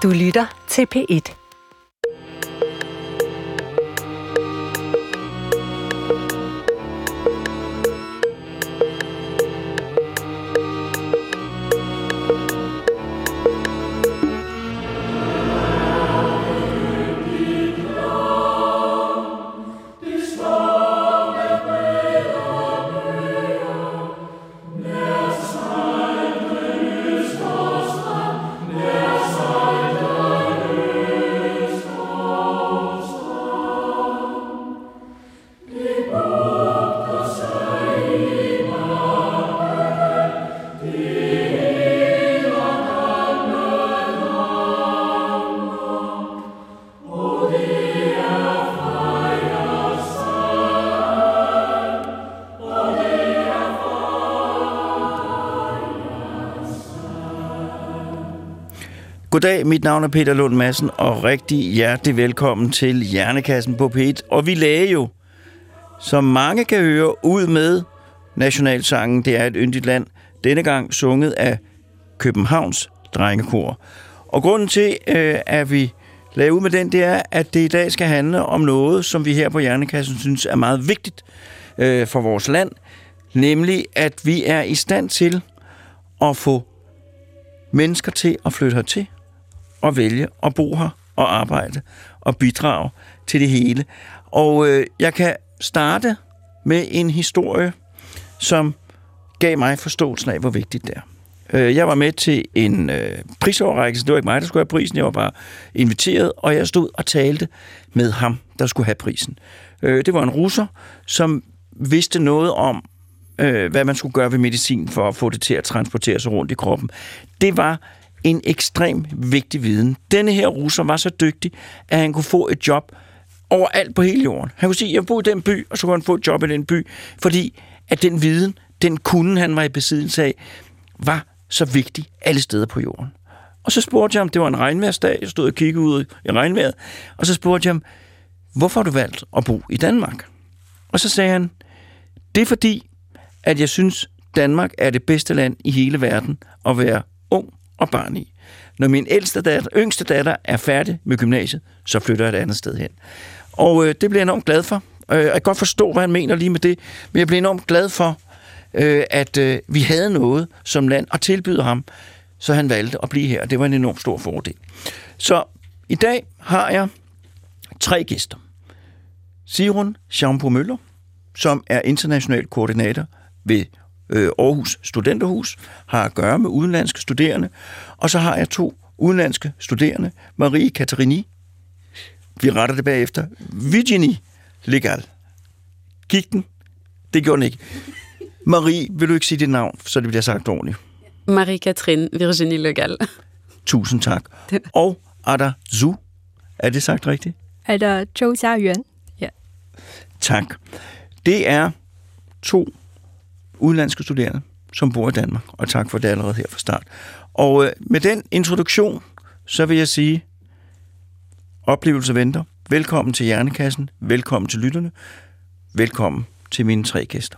Du lytter til P1. Goddag, mit navn er Peter Lund Madsen, og rigtig hjertelig velkommen til Hjernekassen på P1. Og vi lagde jo, som mange kan høre, ud med nationalsangen Det er et yndigt land, denne gang sunget af Københavns Drengekor. Og grunden til, at vi lagde ud med den, det er, at det i dag skal handle om noget, som vi her på Hjernekassen synes er meget vigtigt for vores land, nemlig at vi er i stand til at få mennesker til at flytte hertil og vælge at bo her og arbejde og bidrage til det hele. Og jeg kan starte med en historie, som gav mig forståelsen af, hvor vigtigt det er. Jeg var med til en prisoverrækkelse. Det var ikke mig, der skulle have prisen. Jeg var bare inviteret, og jeg stod og talte med ham, der skulle have prisen. Det var en russer, som vidste noget om, hvad man skulle gøre ved medicin for at få det til at transportere sig rundt i kroppen. Det var en ekstrem vigtig viden. Denne her russer var så dygtig, at han kunne få et job overalt på hele jorden. Han kunne sige, at jeg bor i den by, og så kunne han få et job i den by, fordi at den viden, den kunde han var i besiddelse af, var så vigtig alle steder på jorden. Og så spurgte jeg ham, det var en regnvejrsdag, jeg stod og kiggede ud i regnvejret, og så spurgte jeg ham, hvorfor har du valgt at bo i Danmark? Og så sagde han, det er fordi, at jeg synes, Danmark er det bedste land i hele verden at være ung og barn i. Når min yngste datter er færdig med gymnasiet, så flytter jeg et andet sted hen. Og det bliver jeg enormt glad for. Jeg kan godt forstå, hvad han mener lige med det, men jeg bliver enormt glad for, at vi havde noget som land at tilbyde ham, så han valgte at blive her. Det var en enormt stor fordel. Så i dag har jeg 3 gæster. Sigrun Schaumburg-Müller, som er international koordinator ved Aarhus Studenterhus, har at gøre med udenlandske studerende. Og så har jeg 2 udenlandske studerende, Marie Katerini, vi retter det bagefter, Virginie Legal. Gik den? Det gjorde den ikke. Marie, vil du ikke sige dit navn, så det bliver sagt ordentligt? Marie-Catherine Virginie Legal. Tusind tak. Og Ada Zhu, er det sagt rigtigt? Ada Zhou Jiayuan. Ja. Tak. Det er 2 udenlandske studerende, som bor i Danmark, og tak for det allerede her fra start. Og med den introduktion, så vil jeg sige, oplevelse venter. Velkommen til Hjernekassen, velkommen til lytterne, velkommen til mine 3 gæster.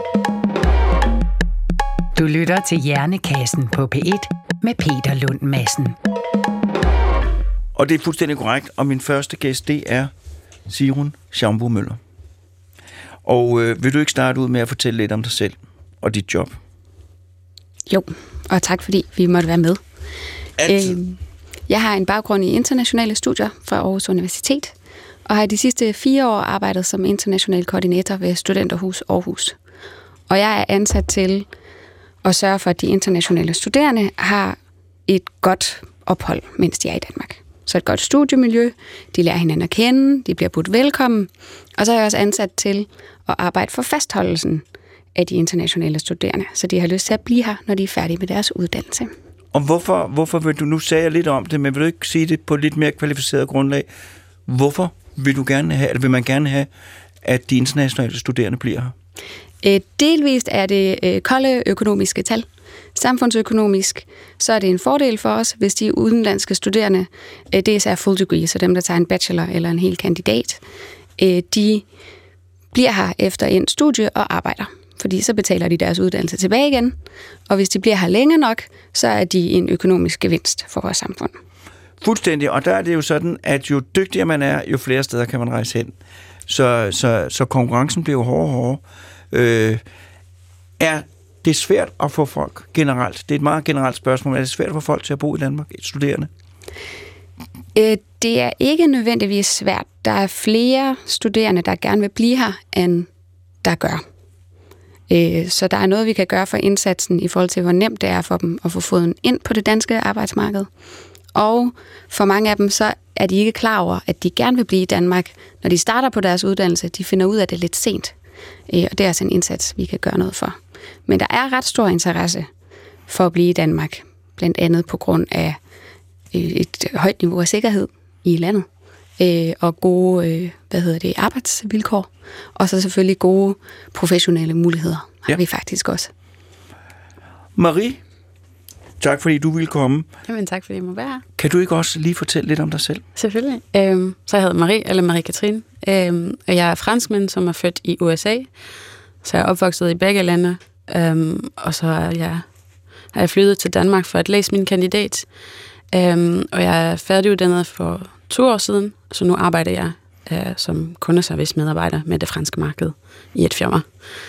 Du lytter til Hjernekassen på P1 med Peter Lund Madsen. Og det er fuldstændig korrekt, og min første gæst, det er Sigrun Schaumburg-Müller. Og vil du ikke starte ud med at fortælle lidt om dig selv og dit job? Jo, og tak fordi vi måtte være med. Jeg har en baggrund i internationale studier fra Aarhus Universitet, og har de sidste 4 år arbejdet som international koordinator ved Studenterhus Aarhus. Og jeg er ansat til at sørge for, at de internationale studerende har et godt ophold, mens de er i Danmark. Så et godt studiemiljø, de lærer hinanden at kende, de bliver budt velkommen, og så er jeg også ansat til at arbejde for fastholdelsen af de internationale studerende, så de har lyst til at blive her, når de er færdige med deres uddannelse. Og hvorfor vil du, nu sagde jeg lidt om det, men vil du ikke sige det på et lidt mere kvalificeret grundlag, hvorfor vil du gerne have, eller vil man gerne have, at de internationale studerende bliver her? Delvist er det kolde økonomiske tal. Samfundsøkonomisk, så er det en fordel for os, hvis de udenlandske studerende, det er full degree, så dem, der tager en bachelor eller en hel kandidat, de bliver her efter en studie og arbejder. Fordi så betaler de deres uddannelse tilbage igen, og hvis de bliver her længe nok, så er de en økonomisk gevinst for vores samfund. Fuldstændig, og der er det jo sådan, at jo dygtigere man er, jo flere steder kan man rejse hen. Så konkurrencen bliver jo hårdere. Er det svært at få folk generelt? Det er et meget generelt spørgsmål. Er det svært at få folk til at bo i Danmark, studerende? Det er ikke nødvendigvis svært. Der er flere studerende, der gerne vil blive her, end der gør. Så der er noget, vi kan gøre for indsatsen i forhold til, hvor nemt det er for dem at få foden ind på det danske arbejdsmarked. Og for mange af dem, så er de ikke klar over, at de gerne vil blive i Danmark. Når de starter på deres uddannelse, de finder ud af det lidt sent. Og det er altså en indsats, vi kan gøre noget for. Men der er ret stor interesse for at blive i Danmark. Blandt andet på grund af et højt niveau af sikkerhed i landet. Og gode arbejdsvilkår. Og så selvfølgelig gode professionelle muligheder har vi faktisk også. Marie, tak fordi du ville komme. Jamen tak fordi jeg må være her. Kan du ikke også lige fortælle lidt om dig selv? Selvfølgelig. Så jeg hedder Marie, eller Marie-Katrine. Og jeg er franskmand, som er født i USA. Så jeg er opvokset i begge lande. Og så har jeg flyttet til Danmark for at læse min kandidat. Og jeg er færdiguddannet for 2 år siden. Så nu arbejder jeg som kundeservice-medarbejder med det franske marked i et firma.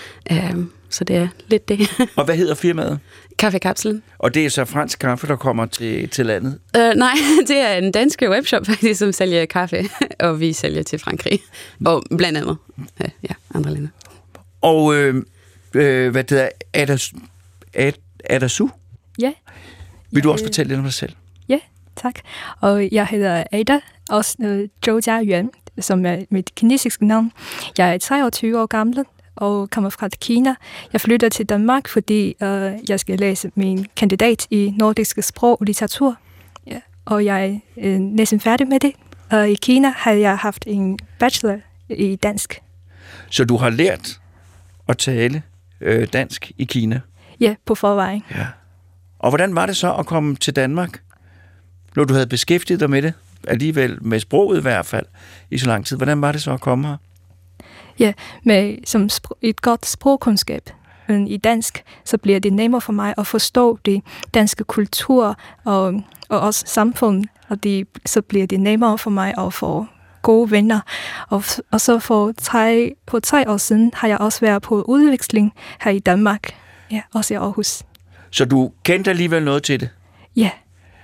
Så det er lidt det. Og hvad hedder firmaet? Kaffekapslen. Og det er så fransk kaffe, der kommer til landet? Nej, det er en dansk webshop faktisk, som sælger kaffe, og vi sælger til Frankrig. Og blandt andet andre lande. Og hvad det er, Adasu? Ja. Vil du også fortælle lidt om dig selv? Ja, tak. Og jeg hedder Ada, også Zhou Jiayuan, som er mit kinesiske navn. Jeg er 23 år gammel og kommer fra Kina. Jeg flytter til Danmark, fordi jeg skal læse min kandidat i nordiske sprog og litteratur. Ja, og jeg er næsten færdig med det. Og i Kina har jeg haft en bachelor i dansk. Så du har lært at tale dansk i Kina? Ja, på forvejen. Ja. Og hvordan var det så at komme til Danmark, når du havde beskæftiget dig med det, alligevel med sproget i hvert fald, i så lang tid? Hvordan var det så at komme her? Ja, som et godt sprogkundskab i dansk, så bliver det nemmere for mig at forstå det danske kultur og også samfund, og så bliver det nemmere for mig at få gode venner. Og så for 3 år siden har jeg også været på udveksling her i Danmark, ja, også i Aarhus. Så du kendte alligevel noget til det? Ja.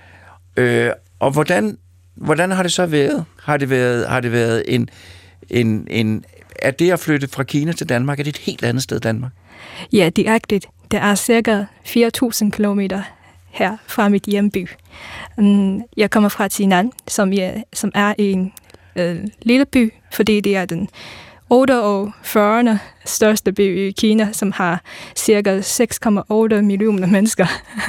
Og hvordan har det så været? Har det været en er det at flytte fra Kina til Danmark, er det et helt andet sted Danmark? Ja, det er rigtigt. Det er cirka 4.000 kilometer her fra mit hjemby. Jeg kommer fra Jinan, som er en lille by, fordi det er den 48. største by i Kina, som har cirka 6,8 millioner mennesker.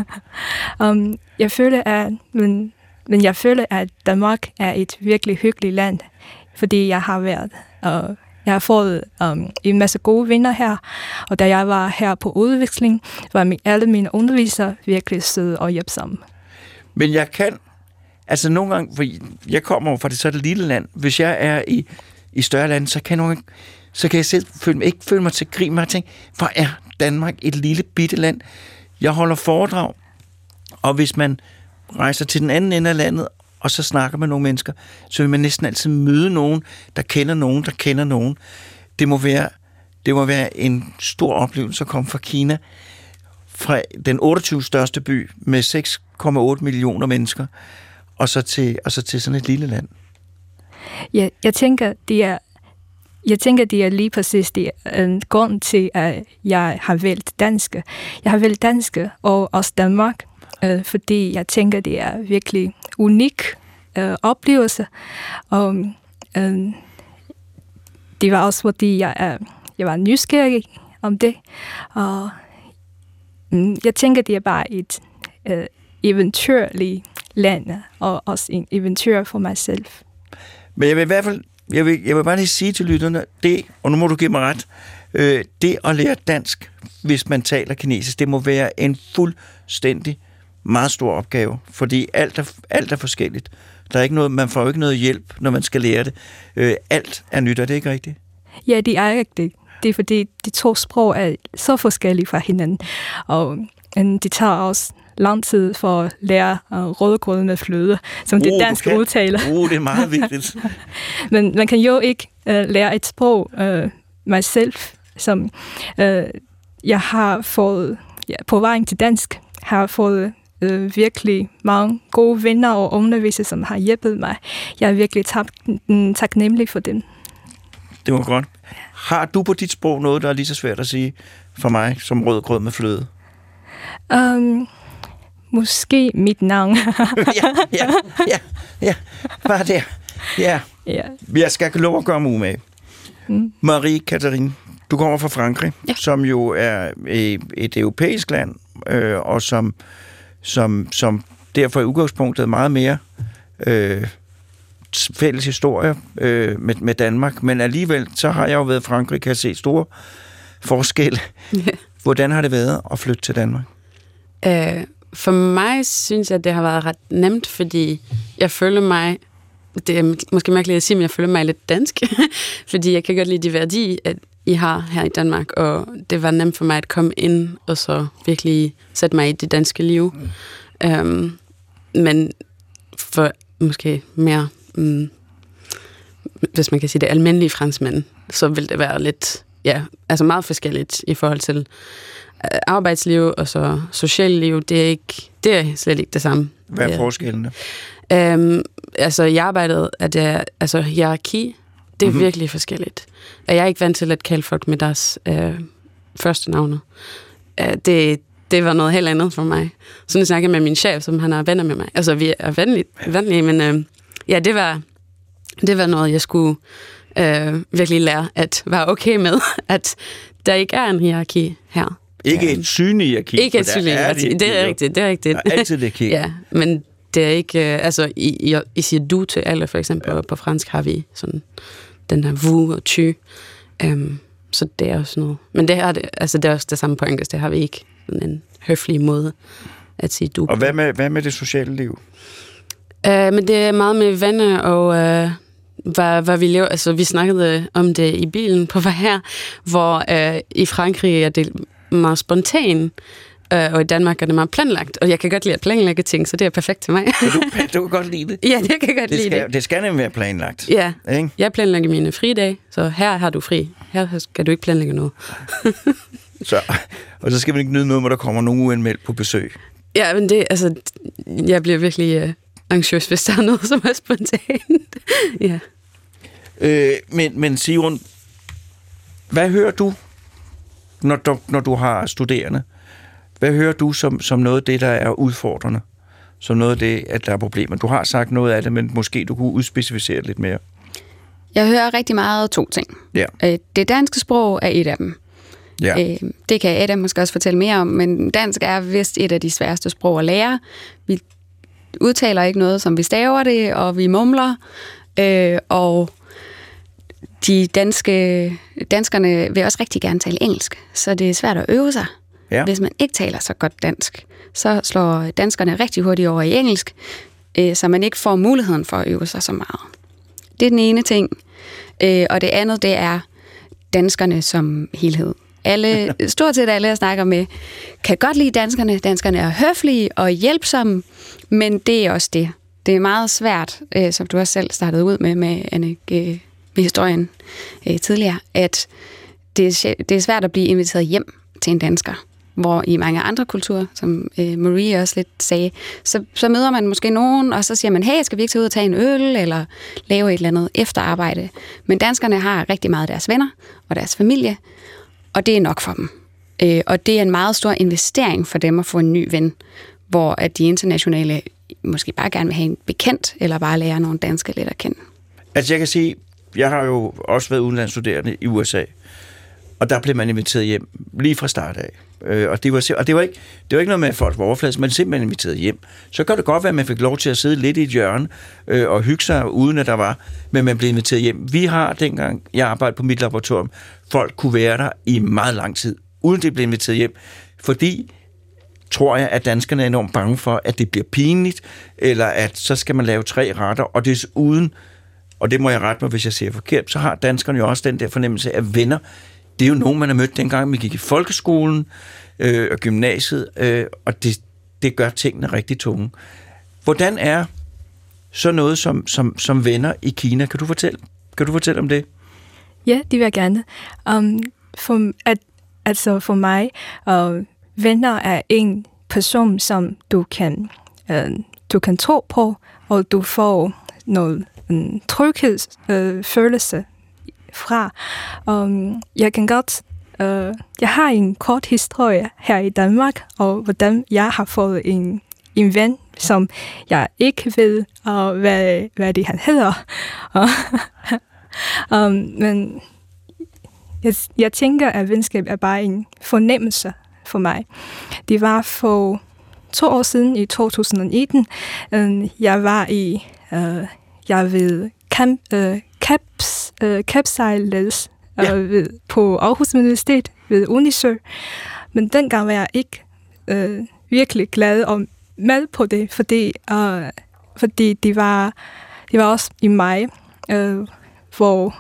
Jeg føler, at Danmark er et virkelig hyggeligt land, fordi jeg har fået en masse gode venner her, og da jeg var her på udveksling, var alle mine undervisere virkelig søde og hjælpsomme. Men jeg kan, altså nogle gange, for jeg kommer fra det lille land, hvis jeg er i større lande, så kan jeg selv ikke føle mig til grin med at tænke, hvor er Danmark et lille bitte land? Jeg holder foredrag, og hvis man rejser til den anden ende af landet, og så snakker med nogle mennesker, så vil man næsten altid møde nogen, der kender nogen. Det må være en stor oplevelse at komme fra Kina, fra den 28. største by med 6,8 millioner mennesker, og så til sådan et lille land. Ja, jeg tænker, det er lige præcis det grund til, at jeg har valgt danske. Jeg har valgt danske og også Danmark, fordi jeg tænker, det er virkelig unik oplevelse. Og det var også, fordi jeg var nysgerrig om det. Og jeg tænker, det er bare et eventyrligt land, og også en eventyr for mig selv. Men jeg vil i hvert fald, jeg vil bare lige sige til lytterne, det, og nu må du give mig ret, det at lære dansk, hvis man taler kinesisk, det må være en fuldstændig meget stor opgave, fordi alt er forskelligt. Der er ikke noget, man får jo ikke noget hjælp, når man skal lære det. Alt er nyt, er det ikke rigtigt? Ja, det er rigtigt. Det er fordi, de 2 sprog er så forskellige fra hinanden, og det tager også lang tid for at lære rødgrød med fløde, som det danske udtaler. Det er meget vigtigt. Men man kan jo ikke lære et sprog mig selv, som jeg har fået på vejen til dansk, har fået virkelig mange gode venner og undervisere, som har hjulpet mig. Jeg er virkelig taknemmelig for dem. Det var godt. Har du på dit sprog noget, der er lige så svært at sige for mig, som rødgrød med fløde? Måske mit navn. ja. Bare der. Ja. Jeg skal lov at gøre mig umage. Marie-Catherine, du kommer fra Frankrig, som jo er et europæisk land, og som derfor i udgangspunktet meget mere fælles historie med Danmark, men alligevel så har jeg jo været i Frankrig, kan jeg se store forskelle. Hvordan har det været at flytte til Danmark? For mig synes jeg, at det har været ret nemt, fordi jeg føler mig, det er måske mærkeligt at sige, men jeg føler mig lidt dansk, fordi jeg kan godt lide de værdier, at I har her i Danmark, og det var nemt for mig at komme ind, og så virkelig sætte mig i det danske liv. Men for måske mere, hvis man kan sige det, almindelige franskmænd, så vil det være lidt, altså meget forskelligt i forhold til arbejdsliv og så socialt liv. Det er slet ikke det samme. Hvad er forskellene? Altså i arbejdet er det, altså hierarki, det er virkelig forskelligt. Jeg er ikke vant til at kalde folk med deres første navne. Det var noget helt andet for mig. Så nu snakker jeg med min chef, som han er venner med mig. Altså vi er venlige, men det var noget, jeg skulle virkelig lære at være okay med, at der ikke er en hierarki her. Ikke et synligt hierarki. Ikke et synligt hierarki, det er rigtigt. Der er altid det kig. Ja, men det er ikke, altså, I siger du til alle, for eksempel, og på fransk har vi sådan, den her vous og tu, så det er også noget. Men det er også det samme på engelsk, det har vi ikke sådan en høflig måde at sige du. Og hvad med det sociale liv? Men det er meget med venner, og hvad vi lever, altså vi snakkede om det i bilen på vej her, hvor i Frankrig er det meget spontan, og i Danmark er det meget planlagt, og jeg kan godt lide at planlægge ting, så det er perfekt til mig. Du kan godt lide det? Ja, det kan jeg godt lide det. Det skal nemlig være planlagt. Ja, ikke? Jeg planlægger mine fridage, så her har du fri. Her skal du ikke planlægge noget. Og så skal man ikke nyde noget, når der kommer nogen uanmeldt på besøg. Ja, men det, altså, jeg bliver virkelig anxiøs, hvis der er noget, som er spontant. Ja. Men Sigrun, hvad hører du, når du har studerende? Hvad hører du som noget af det, der er udfordrende? Som noget af det, at der er problemer? Du har sagt noget af det, men måske du kunne udspecificere lidt mere. Jeg hører rigtig meget 2 ting. Ja. Det danske sprog er et af dem. Ja. Det kan Adam måske også fortælle mere om, men dansk er vist et af de sværeste sprog at lære. Vi udtaler ikke noget, som vi staver det, og vi mumler, og danskerne vil også rigtig gerne tale engelsk, så det er svært at øve sig. Ja. Hvis man ikke taler så godt dansk, så slår danskerne rigtig hurtigt over i engelsk, så man ikke får muligheden for at øve sig så meget. Det er den ene ting. Og det andet, det er danskerne som helhed. Stort set alle, jeg snakker med, kan godt lide danskerne. Danskerne er høflige og hjælpsomme, men det er også det. Det er meget svært, som du også selv startede ud med Annick, med historien tidligere, at det er svært at blive inviteret hjem til en dansker, hvor i mange andre kulturer, som Marie også lidt sagde, så møder man måske nogen, og så siger man, hey, skal vi ikke tage ud og tage en øl, eller lave et eller andet efterarbejde. Men danskerne har rigtig meget af deres venner og deres familie, og det er nok for dem. Og det er en meget stor investering for dem at få en ny ven, hvor at de internationale måske bare gerne vil have en bekendt, eller bare lære nogle danske lidt at kende. Altså jeg kan sige, jeg har jo også været udenlandsstuderende i USA, og der blev man inviteret hjem lige fra start af. Og det var ikke noget med, at folk var overfladiske, men simpelthen inviteret hjem. Så kan det godt være, at man fik lov til at sidde lidt i et hjørne og hygge sig, uden at der var, men man blev inviteret hjem. Vi har, dengang jeg arbejdede på mit laboratorium, folk kunne være der i meget lang tid, uden det blev inviteret hjem, fordi tror jeg, at danskerne er enormt bange for, at det bliver pinligt, eller at så skal man lave 3 retter, og desuden, og det må jeg rette mig, hvis jeg siger forkert, så har danskerne jo også den der fornemmelse af venner. Det er jo nogen, man har mødt dengang, vi gik i folkeskolen og gymnasiet, og det gør tingene rigtig tunge. Hvordan er så noget som venner i Kina? Kan du fortælle om det? Ja, det vil jeg gerne. For mig, venner er en person, som du kan tro på, og du får noget tryghedsfølelse fra. Jeg kan godt. Jeg har en kort historie her i Danmark, og hvordan jeg har fået en ven, som jeg ikke ved, hvad det han hedder. Men jeg tænker, at venskab er bare en fornemmelse for mig. Det var for 2 år siden, i 2019. Jeg var ved kapsejlads på Aarhus Universitet ved Unisø. Men dengang var jeg ikke virkelig glad og med på det, fordi det var også i maj, hvor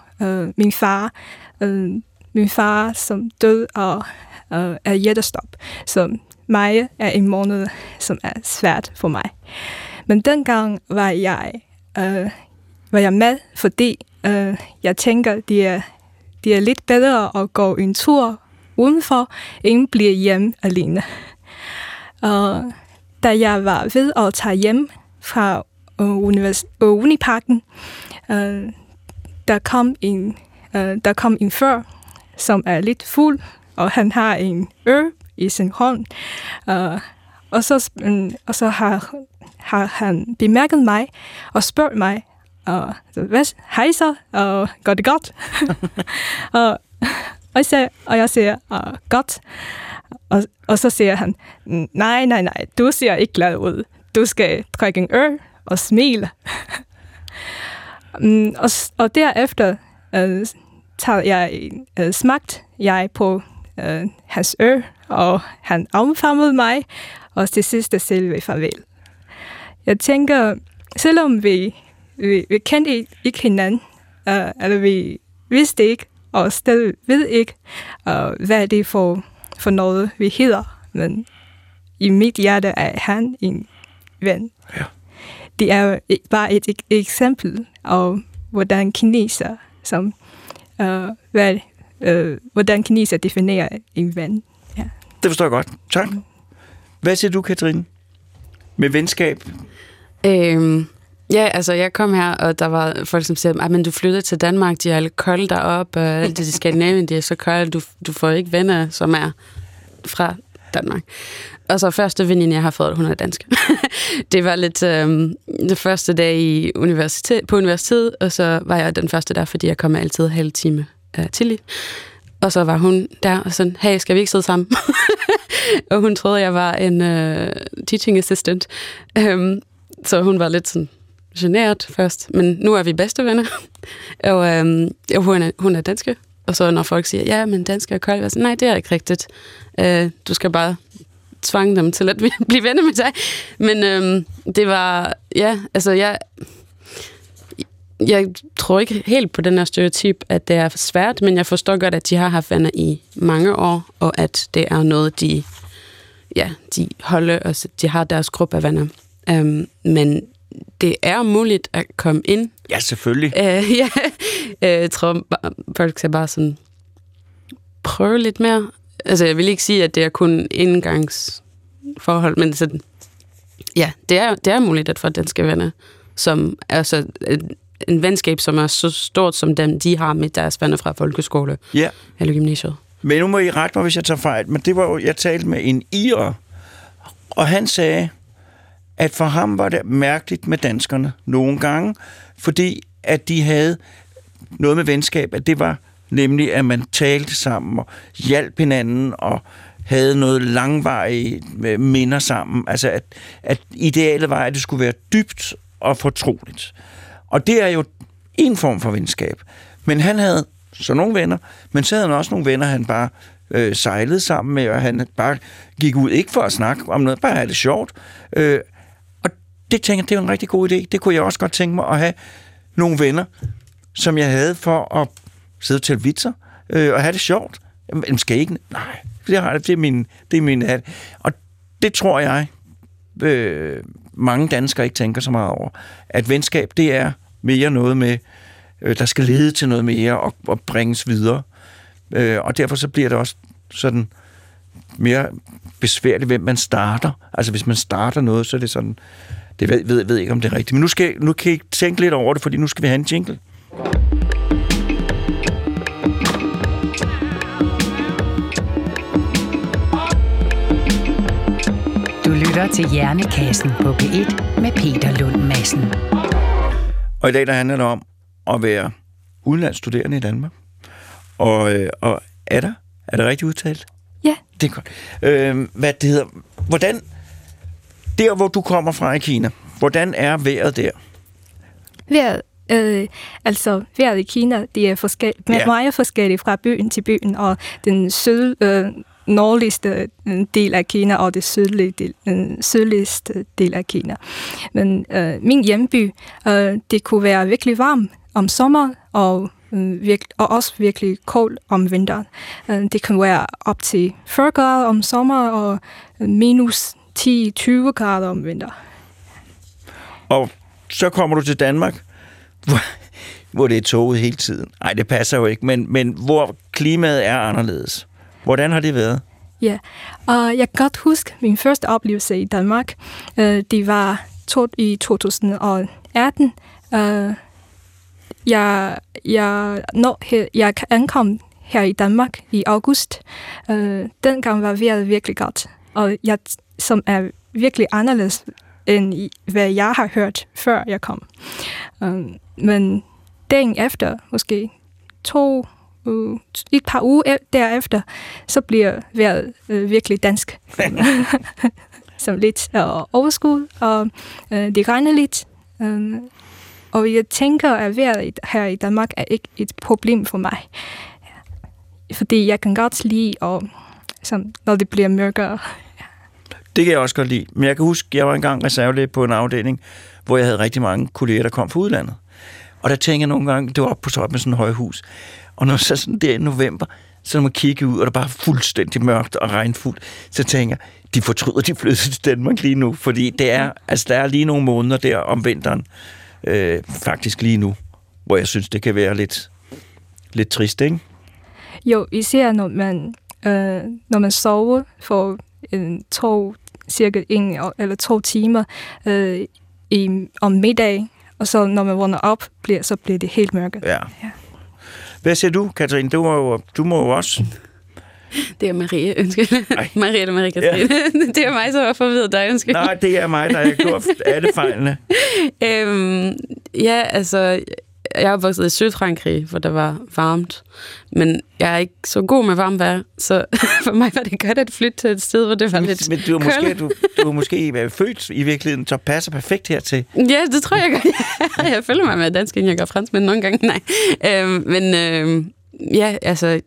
min far som død og er hjertestop. Så maj er en måned, som er svært for mig. Men dengang var jeg med, fordi jeg tænker, det er lidt bedre at gå en tur udenfor, end blive hjemme alene. Og da jeg var ved at tage hjem fra Uniparken, der kom en fyr, som er lidt fuld, og han har en øl i sin hånd. Og så har han bemærket mig og spurgt mig, hej så, går det godt? og jeg siger, godt. Og så siger han, nej, du ser ikke glad ud. Du skal drikke en øl og smile. Og derefter smagte jeg på hans øl, og han omfavnede mig, og til sidst selv ved farvel. Jeg tænker, selvom vi kendte ikke hinanden, eller vi vidste ikke, og stadig ved ikke, hvad det er for noget, vi hedder, men i mit hjerte er han en ven. Ja. Det er bare et eksempel af, hvordan kineser hvordan kineser definerer en ven. Ja. Det forstår jeg godt. Tak. Hvad siger du, Katrine? Med venskab? Ja, altså jeg kom her, og der var folk, som siger, men du flyttede til Danmark, de er alle kolde deroppe, og alt det i Skandinavien, de er så kolde, du får ikke venner, som er fra Danmark. Og så første veninde, jeg har fået, hun er dansk. Det var lidt det første dag på universitetet, og så var jeg den første der, fordi jeg kom altid en halv time tidligt. Og så var hun der og sådan, hey, skal vi ikke sidde sammen? Og hun troede, jeg var en teaching assistant. Så hun var lidt sådan generet først, men nu er vi bedste venner. Og hun er danske. Og så når folk siger, ja, men dansk er koldt, nej, det er ikke rigtigt. Du skal bare tvange dem til at blive venner med dig. Men det var, ja, altså jeg tror ikke helt på den her stereotyp, at det er svært, men jeg forstår godt, at de har haft venner i mange år, og at det er noget, de holder, og de har deres gruppe af venner. Men det er muligt at komme ind. Ja, selvfølgelig. Jeg tror, folk skal bare sådan prøve lidt mere. Altså, jeg vil ikke sige, at det er kun indgangsforhold, men sådan, ja, det er muligt at få danske venner, som er så en venskab, som er så stort som dem, de har med deres venner fra folkeskole eller gymnasiet. Men nu må I rette mig, hvis jeg tager fejl, men det var jo, jeg talte med en irer, og han sagde, at for ham var det mærkeligt med danskerne nogle gange, fordi at de havde noget med venskab, at det var nemlig, at man talte sammen og hjalp hinanden og havde noget langvarige minder sammen. Altså, at idealet var, at det skulle være dybt og fortroligt. Og det er jo en form for venskab. Men han havde så nogle venner, men så havde han også nogle venner, han bare sejlede sammen med, og han bare gik ud, ikke for at snakke om noget, bare have det sjovt. Og det tænker jeg, det er en rigtig god idé. Det kunne jeg også godt tænke mig at have nogle venner, som jeg havde for at sidde og tælle vitser, og have det sjovt. Jamen, skal I ikke? Nej, det er min hat. Og det tror jeg, mange danskere ikke tænker så meget over. At venskab, det er mere noget med, der skal lede til noget mere og bringes videre. Og derfor så bliver det også sådan mere besværligt, hvem man starter. Altså hvis man starter noget, så er det sådan, det ved ikke, om det er rigtigt. Men nu kan I tænke lidt over det, fordi nu skal vi have en jingle. Du lytter til Hjernekassen på P1 med Peter Lund Madsen. Og i dag der handler det om at være udenlandsstuderende i Danmark. Og er det rigtigt udtalt? Ja. Det er godt. Hvad det hedder? Hvordan, der hvor du kommer fra i Kina, hvordan er vejret der? Vejret i Kina, det er meget forskelligt fra byen til byen, og den nordligste del af Kina og det sydligste del af Kina. Men min hjemby, det kunne være virkelig varmt om sommeren, og også virkelig koldt om vinteren. Det kan være op til 40 grader om sommer og minus 10-20 grader om vinteren. Og så kommer du til Danmark, hvor det er tåget hele tiden. Nej, det passer jo ikke, men hvor klimaet er anderledes. Hvordan har det været? Ja, og jeg kan godt huske min første oplevelse i Danmark. Det var i 2018. Jeg ankom her i Danmark i august. Dengang var vejret virkelig godt, og som er virkelig anderledes end hvad jeg har hørt før jeg kom. Men dagen efter, måske et par uger derefter, så bliver vejret virkelig dansk. Som lidt overskud, og det regner lidt. Og jeg tænker, at vejret her i Danmark er ikke et problem for mig. Fordi jeg kan godt lide, når det bliver mørkere. Det kan jeg også godt lide. Men jeg kan huske, jeg var engang reservelæge på en afdeling, hvor jeg havde rigtig mange kolleger, der kom fra udlandet. Og der tænker jeg nogle gange, det var oppe på toppen med sådan et højhus. Og når så sådan der i november, så når man kigger ud, og der bare er fuldstændig mørkt og regnfuldt, så tænker jeg, de fortryder, de flyttede til Danmark lige nu. Fordi der er lige nogle måneder der om vinteren, faktisk lige nu, hvor jeg synes, det kan være lidt trist, ikke? Jo, især når man sover for cirka 1 eller 2 timer om middag, og så når man vågner op, så bliver det helt mørkt. Ja. Hvad siger du, Katrine? Du må jo også... Det er Marie, undskyld. Marie eller Marie Katrine. Ja. Det er mig, som har forvirret dig, undskyld. Nej, det er mig, der har gjort alle fejlene. Ja, altså... Jeg er opvokset i Sydfrankrig, hvor der var varmt. Men jeg er ikke så god med varmt vejr, så for mig var det godt at flytte til et sted, hvor det var lidt men du var måske født i virkeligheden, så passer perfekt hertil. Ja, det tror jeg godt. Jeg føler mig med dansk, inden jeg gør fransk, men nogle gange nej. Ja, altså,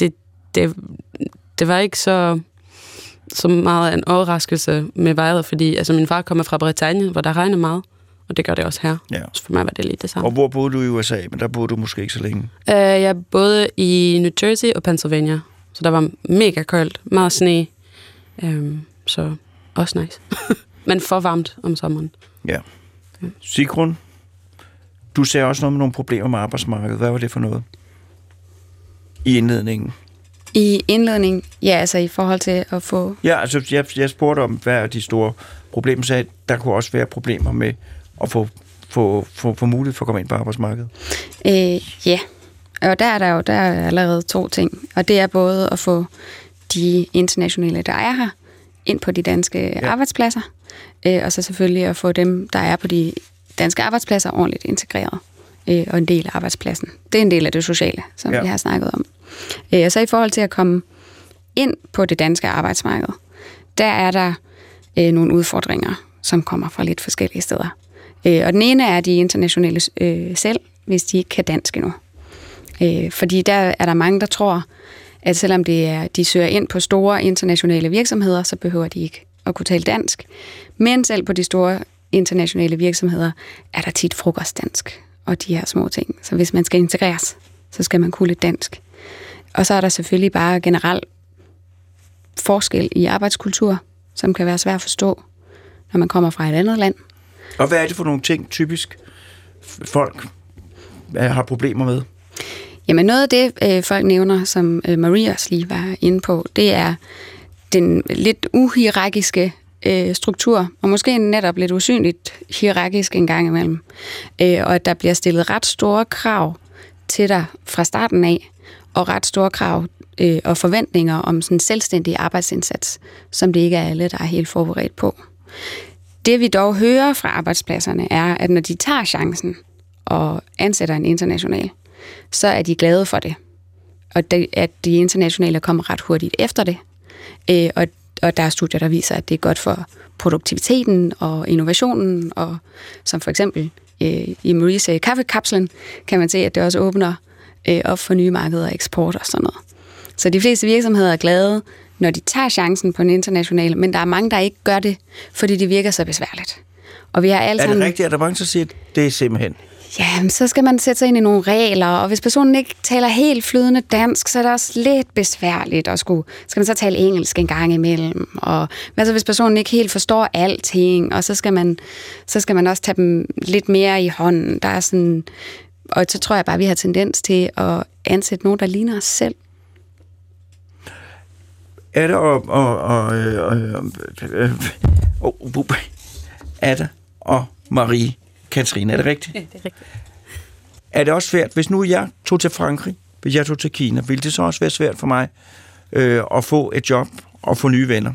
det var ikke så meget en overraskelse med vejret, fordi altså, min far kommer fra Bretagne, hvor der regner meget. Og det gør det også her. Ja. Så for mig var det lidt det samme. Og hvor boede du i USA? Men der boede du måske ikke så længe. Jeg boede i New Jersey og Pennsylvania. Så der var mega koldt. Meget sne. Så også nice. Men for varmt om sommeren. Ja. Sigrun, du ser også noget med nogle problemer med arbejdsmarkedet. Hvad var det for noget? I indledningen. I indledningen? Ja, altså i forhold til at få... Ja, altså jeg spurgte om, hvad er de store problemer, så der kunne også være problemer med at få mulighed for at komme ind på arbejdsmarkedet? Ja, og der er allerede 2 ting. Og det er både at få de internationale, der er her, ind på de danske arbejdspladser, og så selvfølgelig at få dem, der er på de danske arbejdspladser, ordentligt integreret og en del af arbejdspladsen. Det er en del af det sociale, som vi har snakket om. Og så i forhold til at komme ind på det danske arbejdsmarked, der er der nogle udfordringer, som kommer fra lidt forskellige steder. Og den ene er de internationale selv, hvis de ikke kan dansk endnu. Fordi der er der mange, der tror, at selvom de søger ind på store internationale virksomheder, så behøver de ikke at kunne tale dansk. Men selv på de store internationale virksomheder er der tit frokostdansk og de her små ting. Så hvis man skal integreres, så skal man kunne lidt dansk. Og så er der selvfølgelig bare generelt forskel i arbejdskultur, som kan være svært at forstå. når man kommer fra et andet land. Og hvad er det for nogle ting, typisk folk har problemer med? Jamen noget af det, folk nævner, som Marie også lige var inde på, det er den lidt uhierarkiske struktur, og måske netop lidt usynligt hierarkisk en gang imellem. Og at der bliver stillet ret store krav til dig fra starten af, og ret store krav og forventninger om sådan en selvstændig arbejdsindsats, som det ikke er alle, der er helt forberedt på. Det vi dog hører fra arbejdspladserne er, at når de tager chancen og ansætter en international, så er de glade for det. Og at de internationale kommer ret hurtigt efter det. Og der er studier, der viser, at det er godt for produktiviteten og innovationen, og som for eksempel i Maries kaffekapslen, kan man se, at det også åbner op for nye markeder og eksport og sådan noget. Så de fleste virksomheder er glade, når de tager chancen på en international, men der er mange, der ikke gør det, fordi det virker så besværligt. Og vi har alle sammen... Er det rigtigt, at der er mange, der siger, at det er simpelthen... Ja, så skal man sætte sig ind i nogle regler, og hvis personen ikke taler helt flydende dansk, så er det også lidt besværligt at skal man så tale engelsk en gang imellem, og hvad så hvis personen ikke helt forstår alting, og så skal man også tage dem lidt mere i hånden. Der er sådan, og så tror jeg bare, vi har tendens til at ansætte nogen, der ligner os selv. Ada og Marie Katrine, er det rigtigt? Ja, det er rigtigt. Er det også svært, hvis nu jeg tog til Frankrig, hvis jeg tog til Kina, ville det så også være svært for mig at få et job og få nye venner?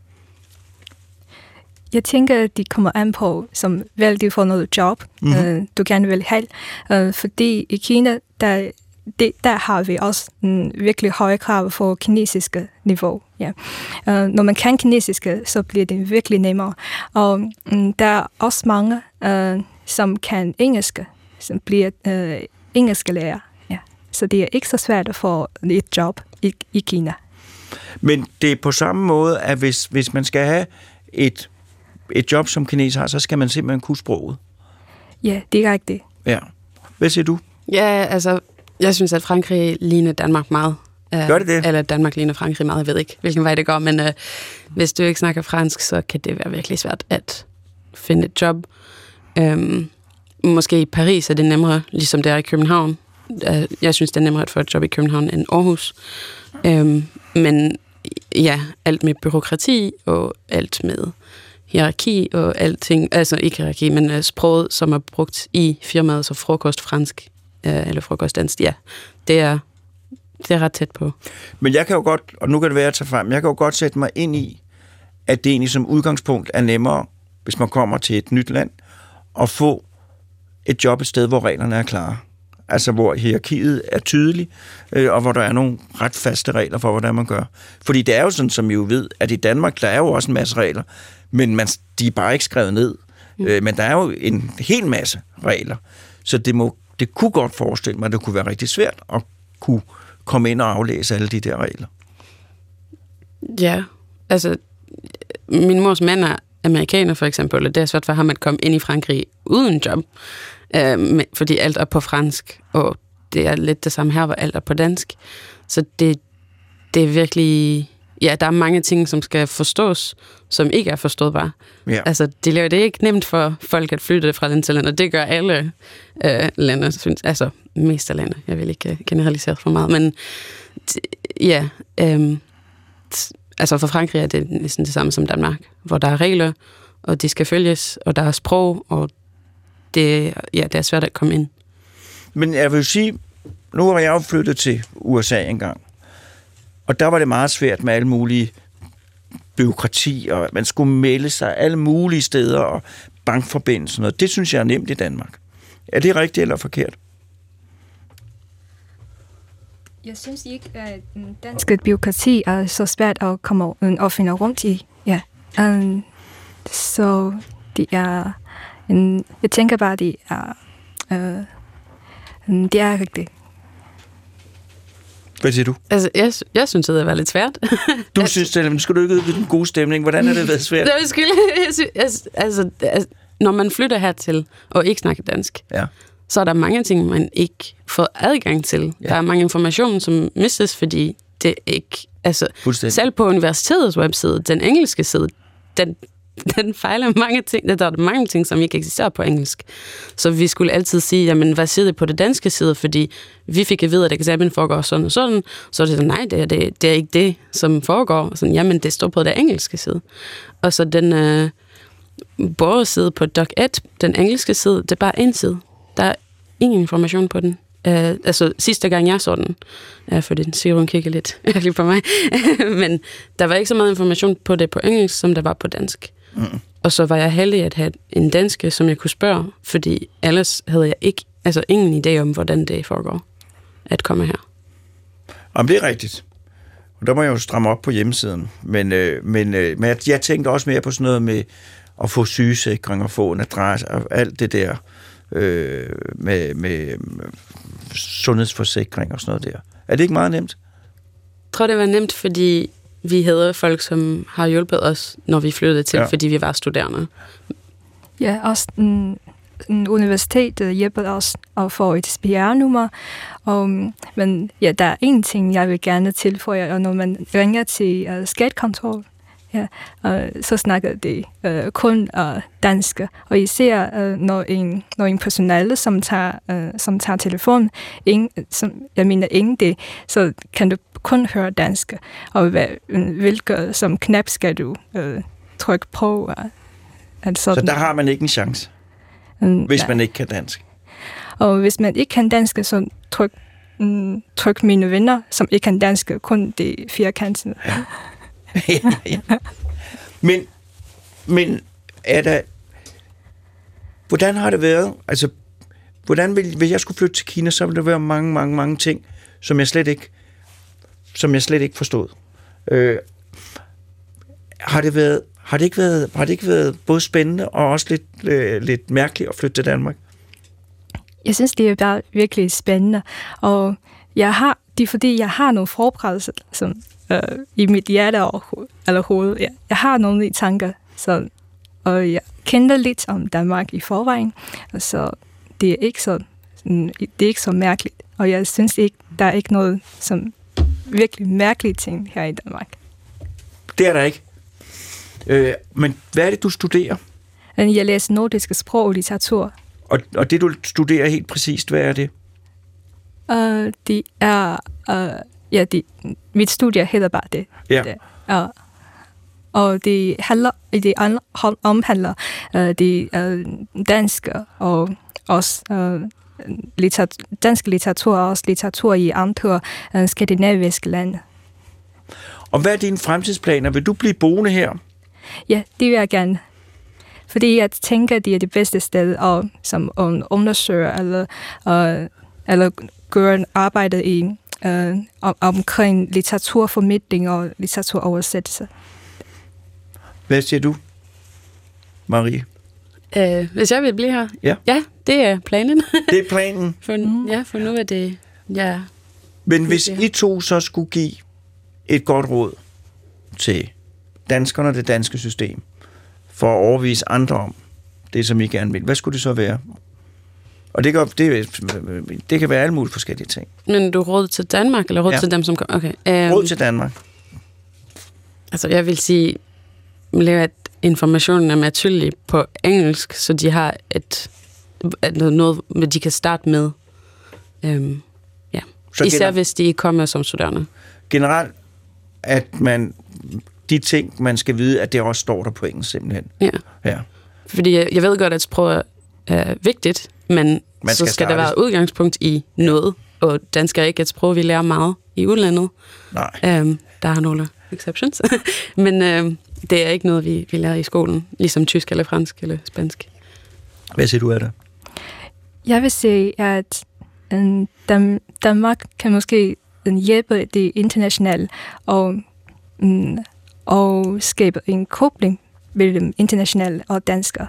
Jeg tænker, at de kommer an på, som vælger for noget job, du gerne vil have. Fordi i Kina, der har vi også en virkelig høje krav for kinesiske niveau. Ja. Når man kan kinesiske, så bliver det virkelig nemmere. Og der er også mange, som kan engelske, som bliver engelske lærer. Ja. Så det er ikke så svært at få et job i Kina. Men det er på samme måde, at hvis man skal have et job, som kineser har, så skal man simpelthen kunne sproget. Ja, det er rigtigt. Ja. Hvad siger du? Ja, altså, jeg synes, at Frankrig ligner Danmark meget. Gør det det? Eller Danmark ligner Frankrig meget. Jeg ved ikke, hvilken vej det går, men hvis du ikke snakker fransk, så kan det være virkelig svært at finde et job. Måske i Paris er det nemmere, ligesom det er i København. Jeg synes, det er nemmere at få et job i København end Aarhus. Men ja, alt med bureaukrati og alt med hierarki og alting, altså ikke hierarki, men sproget, som er brugt i firmaet, så frokost fransk eller frokost dansk, ja, det er ret tæt på. Men jeg kan jo godt, og nu kan det være at tage frem, jeg kan jo godt sætte mig ind i, at det egentlig som udgangspunkt er nemmere, hvis man kommer til et nyt land, at få et job et sted, hvor reglerne er klare. Altså hvor hierarkiet er tydeligt, og hvor der er nogle ret faste regler for, hvordan man gør. Fordi det er jo sådan, som I jo ved, at i Danmark, der er jo også en masse regler, men de er bare ikke skrevet ned. Men der er jo en hel masse regler. Så det kunne godt forestille mig, at det kunne være rigtig svært at kunne komme ind og aflæse alle de der regler. Ja, altså min mors mand er amerikaner for eksempel, og det er svært for ham at komme ind i Frankrig uden job, fordi alt er på fransk, og det er lidt det samme her, hvor alt er på dansk. Så det er virkelig... Ja, der er mange ting, som skal forstås, som ikke er forståbare. Ja. Altså, det er ikke nemt for folk at flytte fra land til land, og det gør alle lande, synes, altså mest af lande. Jeg vil ikke generalisere for meget, men ja, altså for Frankrig er det næsten det samme som Danmark, hvor der er regler, og de skal følges, og der er sprog, og det er svært at komme ind. Men jeg vil sige, nu har jeg jo flyttet til USA engang, og der var det meget svært med alle mulige bureaukrati, og man skulle melde sig alle mulige steder, og bankforbindelser, og det synes jeg er nemt i Danmark. Er det rigtigt eller forkert? Jeg synes ikke, at dansk bureaukrati er så svært at komme og finde rundt i. Ja. Så det er... jeg tænker bare, det er rigtigt. Hvad siger du? Altså, jeg synes, det var lidt svært. Du synes, det skal du ikke ud ved den gode stemning. Hvordan er det været svært? Altså, når man flytter hertil og ikke snakker dansk, ja, så er der mange ting, man ikke får adgang til. Ja. Der er mange informationer, som mistes, fordi det ikke... Altså, selv på universitetets webside, den engelske side, den fejler mange ting. Der er mange ting, som ikke eksisterer på engelsk. Så vi skulle altid sige, jamen, hvad siger det på det danske side? Fordi vi fik at vide, at eksamen foregår sådan og sådan. Så er det sådan, nej, det er ikke det, som foregår. Sådan, jamen, det står på det engelske side. Og så den borgerside på Doc 1, den engelske side, det er bare en side. Der er ingen information på den. Altså sidste gang jeg så den, fordi den siger, hun kigger lidt lige på mig, men der var ikke så meget information på det på engelsk, som der var på dansk. Og så var jeg heldig at have en danske, som jeg kunne spørge, fordi ellers havde jeg ingen idé om, hvordan det foregår at komme her. Jamen, det er rigtigt. Og der må jeg jo stramme op på hjemmesiden. Men jeg tænkte også mere på sådan noget med at få sygesikring og få en adresse og alt det der med sundhedsforsikring og sådan noget der. Er det ikke meget nemt? Jeg tror, det var nemt, fordi vi havde folk, som har hjulpet os, når vi flyttede til, fordi vi var studerende. Ja, også universitetet hjælper os at få et SPR-nummer. Men ja, der er en ting, jeg vil gerne tilføje, og når man ringer til skattekontor, så snakker de kun dansk. Og især når en personale, som tager telefonen, ingen det, så kan du kun høre dansk. Og hvilket som knap skal du trykke på. Så der har man ikke en chance, hvis man ikke kan dansk? Og hvis man ikke kan dansk, så tryk mine venner, som ikke kan dansk, kun de firkantede. Ja. Men er der... Hvordan har det været? Altså, hvis jeg skulle flytte til Kina, så ville der være mange ting, som jeg slet ikke forstod. Har det ikke været både spændende og også lidt mærkeligt at flytte til Danmark? Jeg synes, det er bare virkelig spændende, og fordi jeg har nogle forberedelser i mit hjerte eller hoved. Jeg har nogle tanker, og jeg kender lidt om Danmark i forvejen, så det er ikke så mærkeligt. Og jeg synes ikke, der er ikke noget som virkelig mærkelige ting her i Danmark. Det er der ikke. Men hvad er det, du studerer? Jeg læser nordiske sprog og litteratur. Og det, du studerer helt præcist, hvad er det? Det er... mit studie hedder bare det. Ja. Og det omhandler det danske og også dansk litteratur og også litteratur i andre skandinaviske lande. Og hvad er dine fremtidsplaner? Vil du blive boende her? Ja, det vil jeg gerne. Fordi jeg tænker, det er det bedste sted at undersøge eller gøre arbejdet i omkring litteraturformidling og litteraturoversættelse. Hvad siger du, Marie? Hvis jeg vil blive her? Ja. Ja, det er planen. Det er planen? For nu er det... Ja. Men hvis I to så skulle give et godt råd til danskerne og det danske system, for at overbevise andre om det, som I gerne vil, hvad skulle det så være? Og det kan være alle mulige forskellige ting. Men du råd til Danmark, eller råd til dem, som kommer? Okay. Råd til Danmark. Altså, jeg vil sige, at informationen er mere tydelig på engelsk, så de har noget, de kan starte med. Så især hvis de kommer som studerende. Generelt, at de ting, man skal vide, at det også står der på engelsk simpelthen. Ja. Fordi jeg ved godt, at sprog er vigtigt, men så skal der være udgangspunkt i noget, og dansk er ikke et sprog, vi lærer meget i udlandet. Nej. Der er nogle exceptions, men det er ikke noget, vi lærer i skolen, ligesom tysk eller fransk eller spansk. Hvad siger du af det? Jeg vil sige, at Danmark kan måske hjælpe det internationale og skabe en kobling mellem internationale og danskere.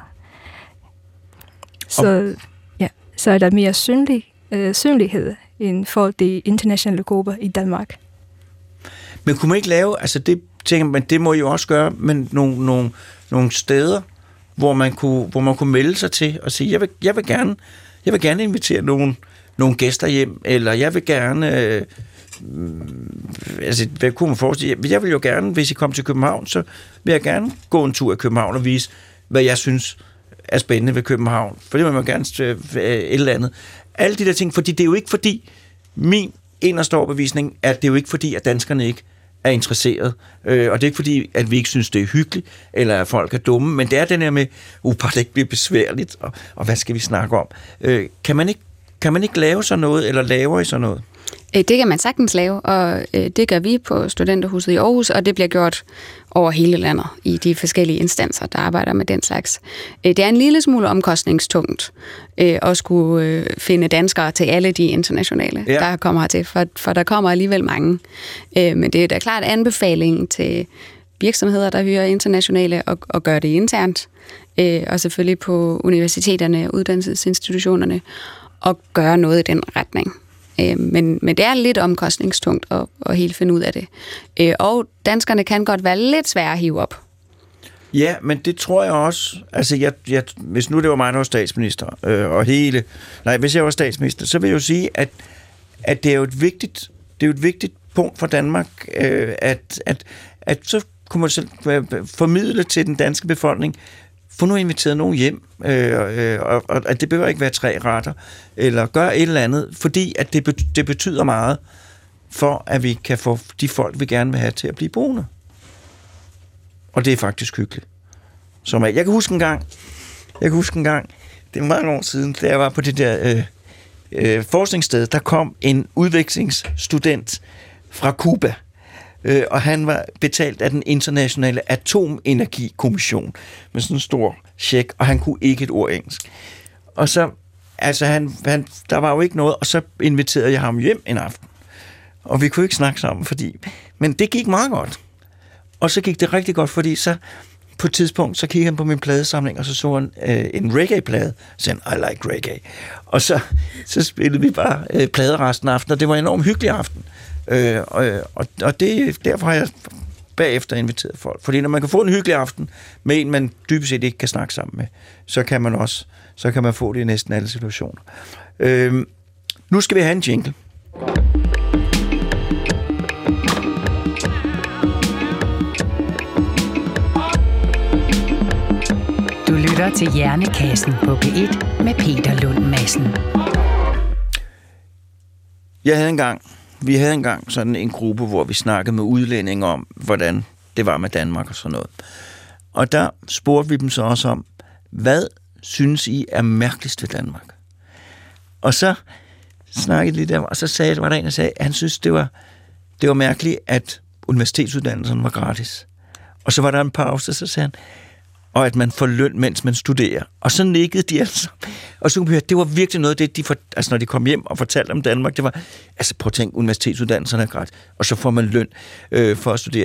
Så er der mere synlighed inden for de internationale grupper i Danmark. Men kunne man ikke lave, altså det tænker man, det må I jo også gøre, men nogle steder, hvor man kunne melde sig til og sige, jeg vil gerne invitere nogle gæster hjem, eller jeg vil gerne altså, hvad kunne man forestille? Jeg vil jo gerne, hvis I kommer til København, så vil jeg gerne gå en tur i København og vise, hvad jeg synes er spændende ved København. For det vil man gerne et eller andet. Alle de der ting, fordi det er jo ikke fordi, min inderste overbevisning er, det er jo ikke fordi, at danskerne ikke er interesseret. Og det er ikke fordi, at vi ikke synes, det er hyggeligt, eller at folk er dumme, men det er den her med, bare det ikke bliver besværligt, og hvad skal vi snakke om? Kan man ikke lave sådan noget, eller laver I sådan noget? Det kan man sagtens lave, og det gør vi på Studenterhuset i Aarhus, og det bliver gjort over hele landet i de forskellige instanser, der arbejder med den slags. Det er en lille smule omkostningstungt at skulle finde danskere til alle de internationale, der kommer hertil, for der kommer alligevel mange. Men det er da klart anbefaling til virksomheder, der hyrer internationale, og gør det internt, og selvfølgelig på universiteterne og uddannelsesinstitutionerne, og gøre noget i den retning. Men det er lidt omkostningstungt at helt finde ud af det. Og danskerne kan godt være lidt svære at hive op. Ja, men det tror jeg også. Altså, hvis nu det var mig, der var statsminister, hvis jeg var statsminister, så vil jeg jo sige, at det er jo et vigtigt punkt for Danmark, at så kunne man selv formidle til den danske befolkning, få nu inviteret nogen hjem, og at det behøver ikke være 3 retter, eller gøre et eller andet, fordi at det betyder meget for, at vi kan få de folk, vi gerne vil have til at blive boende. Og det er faktisk hyggeligt. Jeg kan huske en gang, det er mange år siden, da jeg var på det der forskningssted, der kom en udvekslingsstudent fra Cuba, og han var betalt af den internationale atomenergikommission med sådan en stor check, og han kunne ikke et ord engelsk. Og så, altså der var jo ikke noget, og så inviterede jeg ham hjem en aften. Og vi kunne ikke snakke sammen, men det gik meget godt. Og så gik det rigtig godt, fordi så på et tidspunkt, så kiggede han på min pladesamling, og så han en reggae-plade, og sagde, I like reggae. Og så spillede vi bare plader resten af aftenen, og det var en enormt hyggelig aften. Og derfor har jeg bagefter inviteret folk. Fordi når man kan få en hyggelig aften med en, man dybest set ikke kan snakke sammen med, så kan man få det i næsten alle situationer. Nu skal vi have en jingle. Du lytter til Hjernekassen på P1 med Peter Lund Madsen. Vi havde engang sådan en gruppe, hvor vi snakkede med udlændinge om, hvordan det var med Danmark og sådan noget. Og der spurgte vi dem så også om, hvad synes I er mærkeligst ved Danmark? Og så snakkede lidt der, og så var der en, der sagde, at han synes, det var mærkeligt, at universitetsuddannelserne var gratis. Og så var der en pause, så sagde han, og at man får løn, mens man studerer. Og så nikkede de altså. Og så kunne vi høre, det var virkelig noget af det, når de kom hjem og fortalte om Danmark, det var, altså prøv at tænke, universitetsuddannelserne er gratis, og så får man løn for at studere.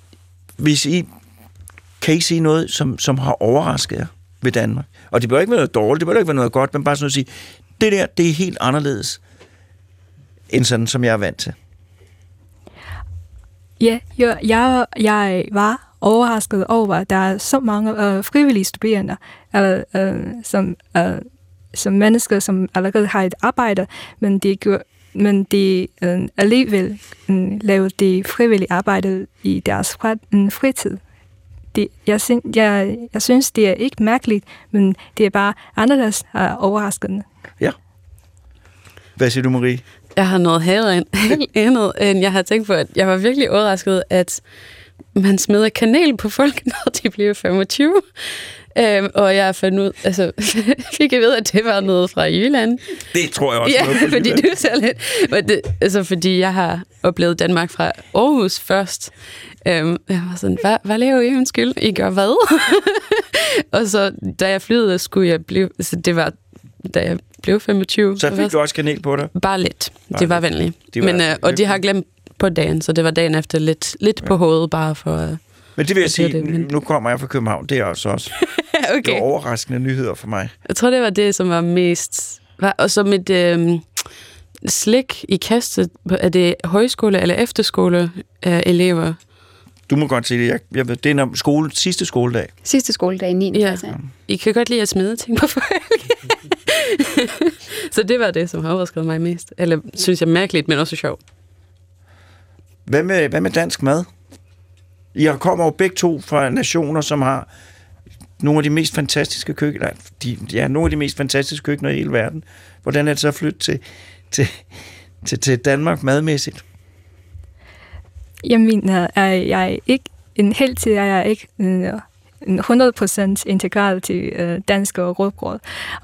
Kan I sige noget, som har overrasket jer ved Danmark? Og det bør ikke være noget dårligt, det bør ikke være noget godt, men bare sådan at sige, det er helt anderledes, end sådan, som jeg er vant til. Ja, jeg var overrasket over, at der er så mange frivillige studerende, som mennesker, som allerede har et arbejde, men de alligevel laver det frivillige arbejde i deres fritid. Jeg synes, det er ikke mærkeligt, men det er bare anderledes overraskende. Ja. Hvad siger du, Marie? Jeg har noget helt andet, end jeg har tænkt på, at jeg var virkelig overrasket, at man smider kanel på folk, når de bliver 25. Og jeg fandt ud, fik jeg ved, at det var noget fra Jylland. Det tror jeg også. Ja, fordi du ser lidt. Fordi jeg har oplevet Danmark fra Aarhus først. Jeg var sådan, hvad laver I? Undskyld, I gør hvad? Og så, da jeg flyttede, skulle jeg blive... Så det var, da jeg blev 25. Så fik du også kanel på dig? Bare lidt. Det var venligt. Og de har glemt på dagen, så det var dagen efter lidt på hovedet, bare for... Men det vil jeg sige, nu kommer jeg fra København, det er også okay. Det var overraskende nyheder for mig. Jeg tror, det var det, som var mest... Og så mit slik i kastet, er det højskole- eller efterskole-elever? Du må godt sige det. Det er sidste skoledag. Sidste skoledag i 9. klasse. Ja. I kan godt lide at smide ting på folk. Så det var det, som har overrasket mig mest. Eller synes jeg mærkeligt, men også sjovt. Hvad med dansk mad? I kommer jo begge to fra nationer, som har nogle af de mest fantastiske køkkener. Nogle af de mest fantastiske køkkener i hele verden. Hvordan er det så at flytte til Danmark madmæssigt? Jamen, jeg ikke en hel tid er jeg ikke 100% integreret til dansk og rødbrød.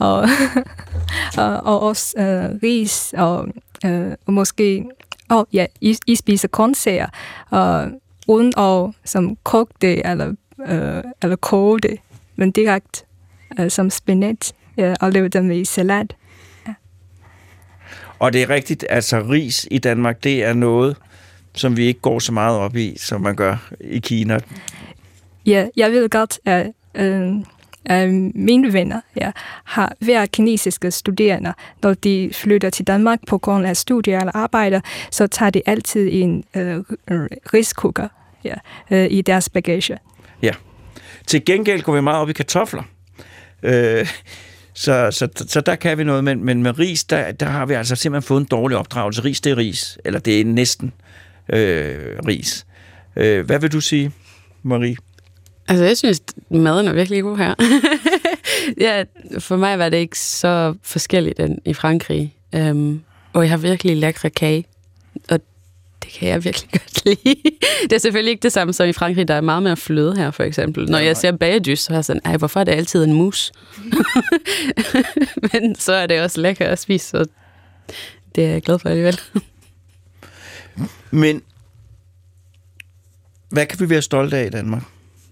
Og også ris og måske I spiser grøntsager uden at som koge det eller koge det, men direkte som spinat og lave dem i salat. Ja. Og det er rigtigt, altså ris i Danmark, det er noget, som vi ikke går så meget op i, som man gør i Kina. Ja, jeg ved godt, at mine venner har hver kinesiske studerende, når de flytter til Danmark på grund af studier eller arbejder, så tager de altid en riskoker i deres bagage. Ja. Til gengæld går vi meget op i kartofler. Så der kan vi noget, men med ris, der har vi altså simpelthen fået en dårlig opdragelse. Ris, det er ris, eller det er næsten ris. Hvad vil du sige, Marie? Altså, jeg synes, maden er virkelig god her. Ja, for mig var det ikke så forskelligt end i Frankrig. Og jeg har virkelig lækre kage, og det kan jeg virkelig godt lide. Det er selvfølgelig ikke det samme som i Frankrig, der er meget mere fløde her, for eksempel. Når jeg ser bagedys, så er jeg sådan, hvorfor er det altid en mus? Men så er det også lækker at spise, så det er jeg glad for alligevel. Men hvad kan vi være stolte af i Danmark?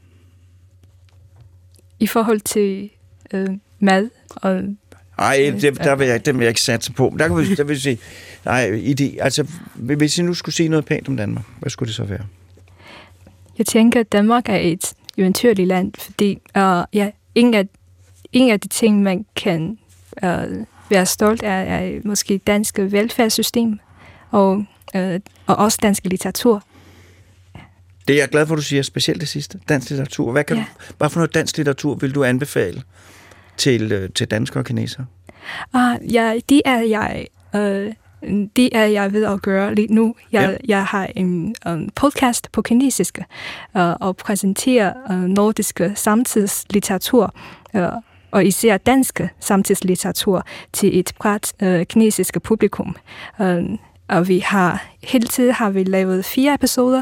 I forhold til mad og... Nej, det vil jeg ikke satse på. Men der vil jeg sige, hvis I nu skulle sige noget pænt om Danmark, hvad skulle det så være? Jeg tænker, at Danmark er et eventyrligt land, fordi en af de ting, man kan være stolt af, er måske danske velfærdssystem og også dansk litteratur. Det er jeg glad for, at du siger, specielt det sidste. Dansk litteratur. Hvad for noget dansk litteratur vil du anbefale til danskere og kinesere? Det er jeg ved at gøre lige nu. Jeg har en podcast på kinesisk og præsenterer nordiske samtidslitteratur og især danske samtidslitteratur til et bredt kinesisk publikum. Og hele tiden har vi lavet 4 episoder,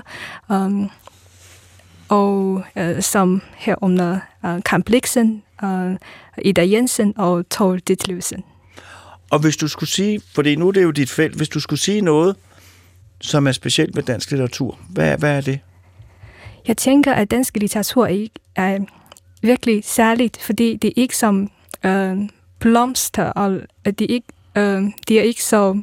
som herunder Kamp Bliksen, Ida Jensen og Thor Ditlevsen. Og hvis du skulle sige, fordi nu er det jo dit felt, hvis du skulle sige noget, som er specielt ved dansk litteratur, hvad er det? Jeg tænker, at dansk litteratur er virkelig særligt, fordi det er ikke som blomster, og det er ikke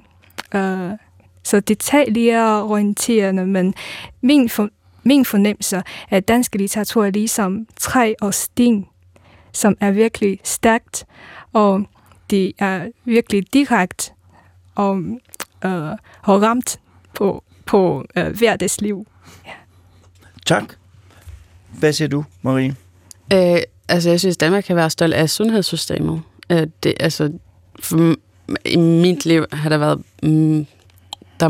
så detaljeorienterende, men min fornemmelse er, at dansk litteratur er ligesom træ og sten, som er virkelig stærkt, og det er virkelig direkte og ramt på hverdagsliv. Ja. Tak. Hvad siger du, Marie? Jeg synes, Danmark kan være stolt af sundhedssystemet. I mit liv har der været... det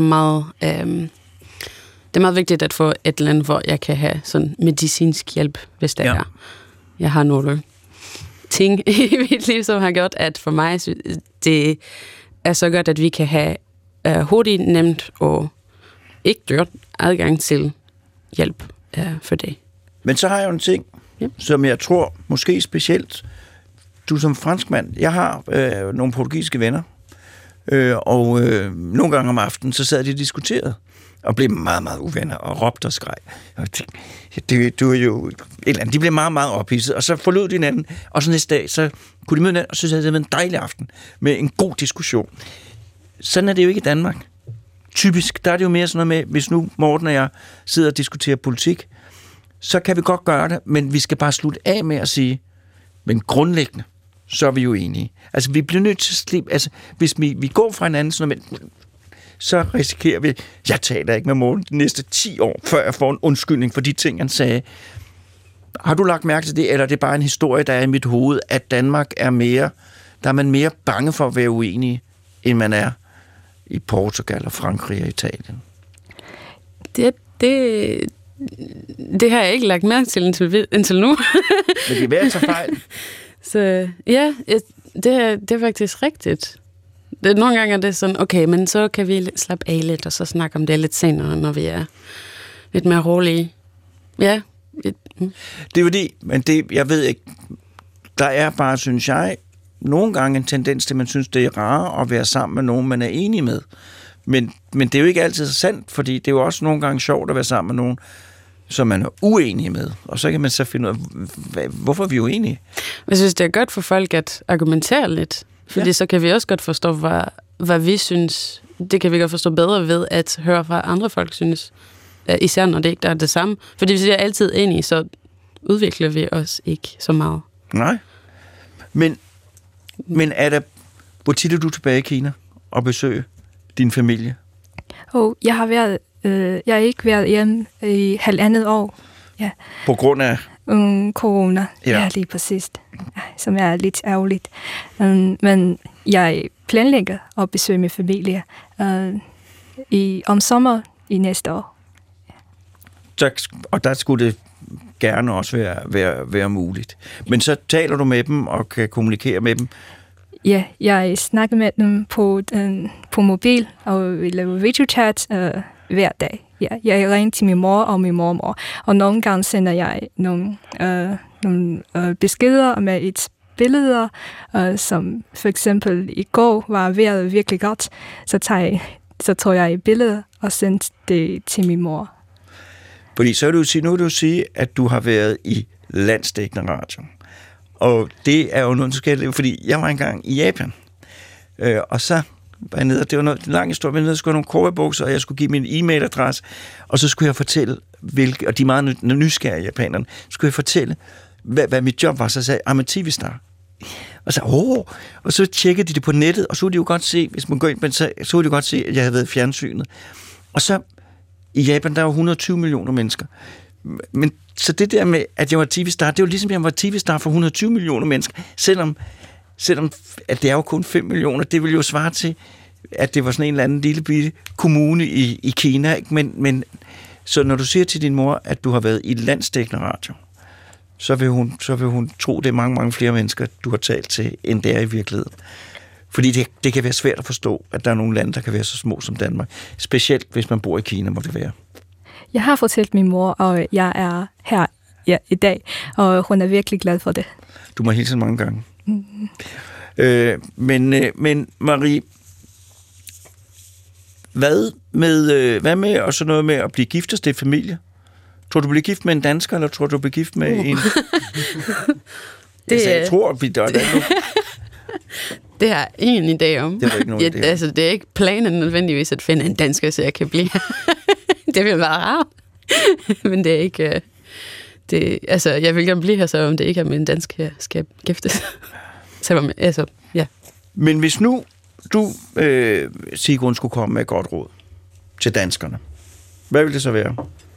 er meget vigtigt at få et land, hvor jeg kan have sådan medicinsk hjælp, hvis det er. Jeg har nogle ting i mit liv, som har gjort, at for mig det er så godt, at vi kan have hurtigt, nemt og ikke dyrt adgang til hjælp for det. Men så har jeg jo en ting, som jeg tror måske specielt, du som franskmand, jeg har nogle portugisiske venner, og nogle gange om aftenen, så sad de og diskuterede, og blev meget, meget uvenner, og råbte og skreg. Og tænkte, du er jo et eller andet. De blev meget, meget ophidset, og så forlod de hinanden, og så næste dag, så kunne de møde hinanden, og så havde det været en dejlig aften, med en god diskussion. Sådan er det jo ikke i Danmark. Typisk, der er det jo mere sådan noget med, hvis nu Morten og jeg sidder og diskuterer politik, så kan vi godt gøre det, men vi skal bare slutte af med at sige, men grundlæggende, så er vi jo enige. Altså, vi bliver nødt til at slippe, altså, hvis vi går fra hinanden, så risikerer vi, jeg taler ikke med Morten de næste 10 år, før jeg får en undskyldning for de ting, han sagde. Har du lagt mærke til det, eller er det bare en historie, der er i mit hoved, at Danmark er mere, der er man mere bange for at være uenige, end man er i Portugal og Frankrig og Italien? Det har jeg ikke lagt mærke til indtil nu. Men det er værd at tage fejl. Så ja, det er faktisk rigtigt. Nogle gange er det sådan, okay, men så kan vi slappe af lidt, og så snakke om det lidt senere, når vi er lidt mere rolige. Ja. Det er fordi, men det, jeg ved ikke, der er bare, synes jeg, nogle gange en tendens til, at man synes, det er rarere at være sammen med nogen, man er enig med. Men det er jo ikke altid så sandt, fordi det er jo også nogle gange sjovt at være sammen med nogen, som man er uenig med. Og så kan man så finde ud af, hvorfor er vi uenige? Jeg synes, det er godt for folk at argumentere lidt, fordi så kan vi også godt forstå, hvad vi synes. Det kan vi godt forstå bedre ved at høre fra andre folk synes. Især når det ikke er det samme. Fordi hvis vi er altid enige, så udvikler vi os ikke så meget. Nej. Men er der, hvor tit er du tilbage i Kina og besøge din familie? Jeg har ikke været hjemme i 1,5 år. Ja. På grund af? Corona. Ja, lige præcis. Som er lidt ærgerligt. Men jeg planlægger at besøge min familie om sommer i næste år. Og der skulle det gerne også være muligt. Men så taler du med dem og kan kommunikere med dem? Ja, jeg snakker med dem på mobil og vi laver videochat hver dag. Ja, jeg ringer til min mor og min mormor, og nogle gange sender jeg nogle beskeder med et billeder, som for eksempel i går var vejret virkelig godt, så tog jeg et billede og sendte det til min mor. Fordi så vil du sige, at du har været i landsdækkende radio. Og det er jo noget, forskelligt, fordi jeg var engang i Japan, og så var jeg nede, og det var en lang historie, men jeg skulle have nogle cowboybukser, og jeg skulle give min e-mailadresse, og så skulle jeg fortælle, og de er meget nysgerrige japanerne, skulle jeg fortælle, hvad mit job var, så sagde jeg, I'm a TV-star. Og så og så tjekkede de det på nettet, og så ville de jo godt se, hvis man går ind, så ville de godt se, at jeg havde været i fjernsynet. Og så i Japan, der er jo 120 millioner mennesker. Men så det der med, at jeg var TV-star, det var ligesom, at jeg var TV-star for 120 millioner mennesker, selvom at det er jo kun 5 millioner, det vil jo svare til, at det var sådan en eller anden lille bitte kommune i Kina. Ikke? Men så når du siger til din mor, at du har været i landsdækkende radio, så vil hun tro, det er mange, mange flere mennesker, du har talt til, end det er i virkeligheden. Fordi det kan være svært at forstå, at der er nogle lande, der kan være så små som Danmark. Specielt hvis man bor i Kina, må det være. Jeg har fortalt min mor, og jeg er her i dag, og hun er virkelig glad for det. Du må hilse mange gange. Mm-hmm. Men Marie, hvad med og sådan noget med at blive gift og stifte familie? Tror du bliver gift med en dansker, eller tror du bliver gift med en? Jeg tror, vi gør det nu. Det har jeg ingen idé om. Det er ikke nogen idé. Altså, det er ikke planen nødvendigvis at finde en dansker, så jeg kan blive. Det vil være rart. Men det er ikke. Jeg vil gerne blive her, så om det ikke er med en dansk, jeg skal giftes. Ja. Men hvis nu du, Sigrun, skulle komme med et godt råd til danskerne, hvad vil det så være?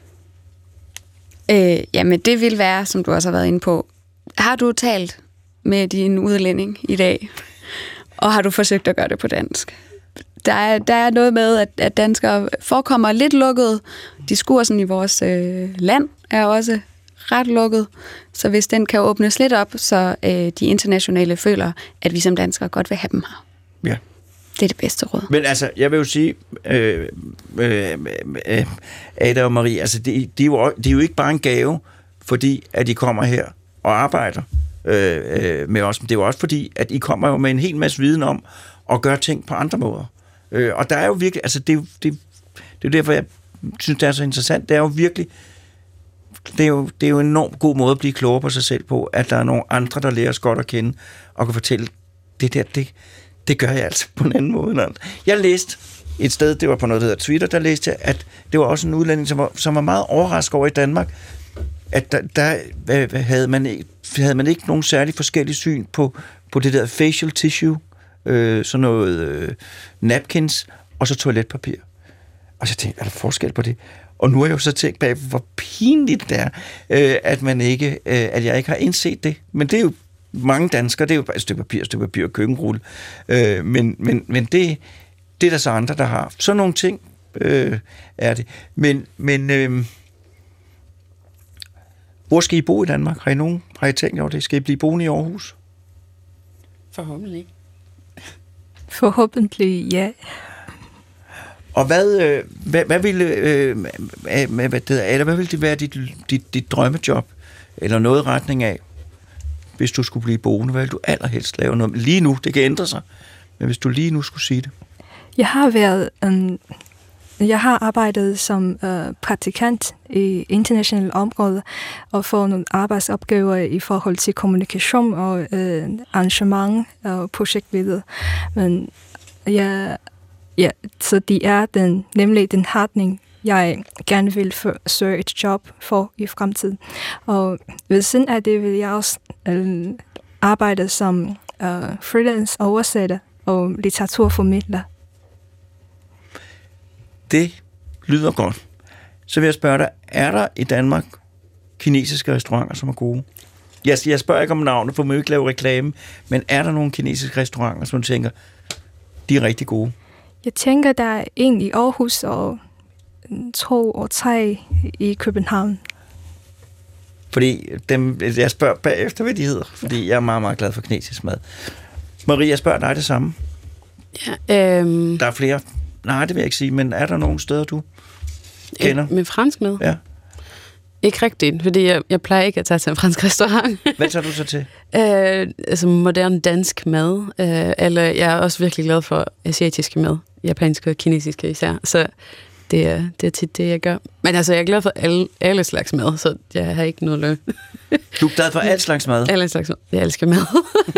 Jamen, det vil være, som du også har været inde på. Har du talt med din udlænding i dag, og har du forsøgt at gøre det på dansk? Der er noget med, at danskere forekommer lidt lukket. Diskursen i vores land er også ret lukket. Så hvis den kan åbnes lidt op, så de internationale føler, at vi som danskere godt vil have dem her. Ja. Det er det bedste råd. Men altså, jeg vil jo sige, Ada og Marie, altså det er jo ikke bare en gave, fordi at I kommer her og arbejder med os. Det er jo også fordi, at I kommer jo med en hel masse viden om at gøre ting på andre måder. Og der er jo virkelig, altså det er jo derfor, jeg synes, det er så interessant. Det er jo virkelig, det er jo en enormt god måde at blive klogere på sig selv på, at der er nogle andre, der lærer os godt at kende, og kan fortælle, det gør jeg altså på en anden måde end andre. Jeg læste et sted, det var på noget, der hedder Twitter, der læste jeg, at det var også en udlænding, som var meget overrasket over i Danmark, at der havde man ikke nogen særlig forskellig syn på det der facial tissue, sådan noget napkins, og så toiletpapir. Og så tænkte jeg, er der forskel på det? Og nu har jeg jo så tænkt bag, hvor pinligt det er, at jeg ikke har indset det. Men det er jo mange danskere, det er jo bare et stykke papir og køkkenrulle. Men det er der så andre, der har. Så nogle ting er det. Men hvor skal I bo i Danmark? Har I tænkt over det? Skal I blive boende i Aarhus? Forhåbentlig. Forhåbentlig, ja. Og hvad ville det være dit drømmejob? Eller noget i retning af, hvis du skulle blive boende? Hvad ville du allerhelst lave noget? Lige nu, det kan ændre sig. Men hvis du lige nu skulle sige det. Jeg har arbejdet som praktikant i internationale områder og fået nogle arbejdsopgaver i forhold til kommunikation og arrangement og projektleder. Men så det er nemlig den retning, jeg gerne vil søge et job for i fremtiden. Og ved siden af det vil jeg også arbejde som freelance oversætter og litteraturformidler. Det lyder godt. Så vil jeg spørge dig, er der i Danmark kinesiske restauranter, som er gode? Jeg spørger ikke om navnet, for man vil ikke lave reklame, men er der nogle kinesiske restauranter, som du tænker, de er rigtig gode? Jeg tænker, der er en i Aarhus og 2 og 3 i København. Fordi jeg spørger bagefter, hvad de hedder, fordi jeg er meget, meget glad for kinesisk mad. Marie, jeg spørger dig det samme. Ja, der er flere. Nej, det vil jeg ikke sige, men er der nogle steder, du kender? Med fransk mad? Ja. Ikke rigtigt, fordi jeg plejer ikke at tage til en fransk restaurant. Hvad tager du så til? Altså modern dansk mad, eller jeg er også virkelig glad for asiatiske mad, japanske og kinesiske især, så det er tit det, jeg gør. Men altså, jeg er glad for alle slags mad, så jeg har ikke noget løn. Du er glad for alle slags mad? Alle slags mad. Jeg elsker mad.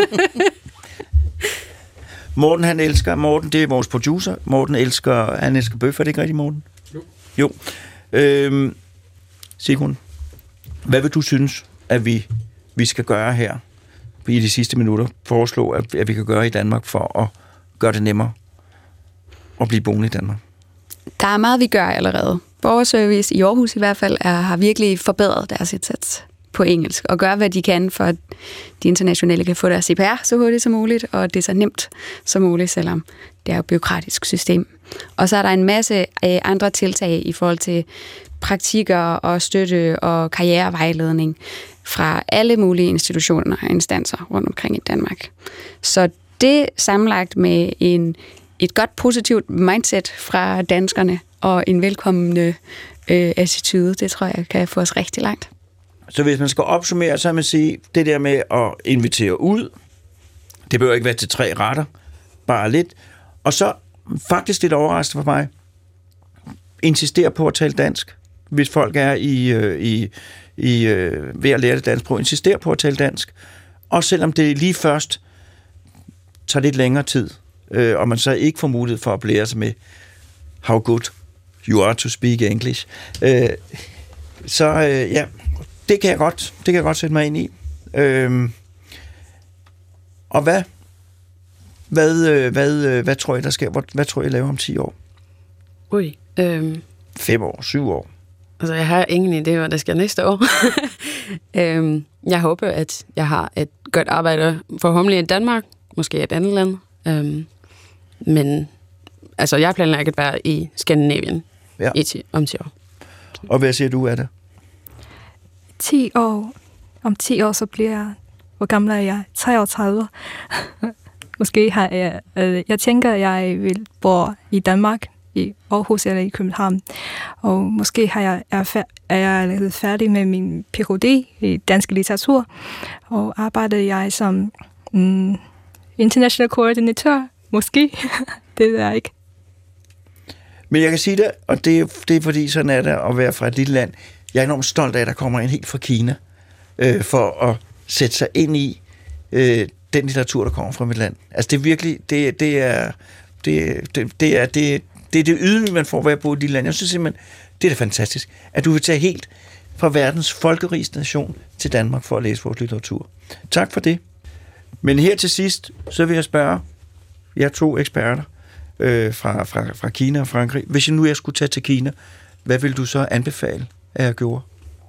Morten, det er vores producer. Morten elsker bøf, er det ikke rigtigt, Morten? Jo. Sigrun, hvad vil du synes, at vi skal gøre her i de sidste minutter? Foreslå, at vi kan gøre i Danmark for at gøre det nemmere at blive boende i Danmark? Der er meget, vi gør allerede. Borgerservice i Aarhus i hvert fald har virkelig forbedret deres indsats på engelsk, og gør, hvad de kan, for at de internationale kan få deres CPR så hurtigt som muligt, og det er så nemt som muligt, selvom det er jo et bureaukratisk system. Og så er der en masse andre tiltag i forhold til praktikker og støtte og karrierevejledning fra alle mulige institutioner og instanser rundt omkring i Danmark. Så det sammenlagt med et godt positivt mindset fra danskerne og en velkommende attitude, det tror jeg kan få os rigtig langt. Så hvis man skal opsummere, så vil man sige, det der med at invitere ud, det behøver ikke være til 3 retter, bare lidt. Og så faktisk lidt overraskende for mig, insistere på at tale dansk. Hvis folk er ved at lære det dansk, insistere på at tale dansk. Og selvom det lige først tager lidt længere tid, og man så ikke får mulighed for at lære sig med how good you are to speak English, ja, det kan jeg godt sætte mig ind i. Og hvad tror I, der sker? Hvad tror I laver om 10 år? 5 år, 7 år? Altså, jeg har ingen idé, hvad der sker næste år. Jeg håber, at jeg har et godt arbejde forhåbentlig i Danmark, måske et andet land. Men altså, jeg planlægger at være i Skandinavien om 10 år. Og hvad siger du, Ada? 10 år. Om 10 år, så bliver jeg... Hvor gammel er jeg? 33. Måske har jeg... Jeg tænker, at jeg vil bo i Danmark, i Aarhus eller i København. Og måske er jeg færdig med min Ph.D. i dansk litteratur. Og arbejder jeg som international koordinatør. Måske. Det ved jeg ikke. Men jeg kan sige det, og det er fordi, sådan er det at være fra et lille land. Jeg er enormt stolt af, at der kommer en helt fra Kina, for at sætte sig ind i den litteratur, der kommer fra mit land. Altså det er virkelig, det er det ydmyge, man får ved at bo i et lille land. Jeg synes simpelthen, det er da fantastisk, at du vil tage helt fra verdens folkerigeste nation til Danmark for at læse vores litteratur. Tak for det. Men her til sidst, så vil jeg spørge jer 2 eksperter fra Kina og Frankrig. Hvis jeg skulle tage til Kina, hvad vil du så anbefale, at jeg gjorde?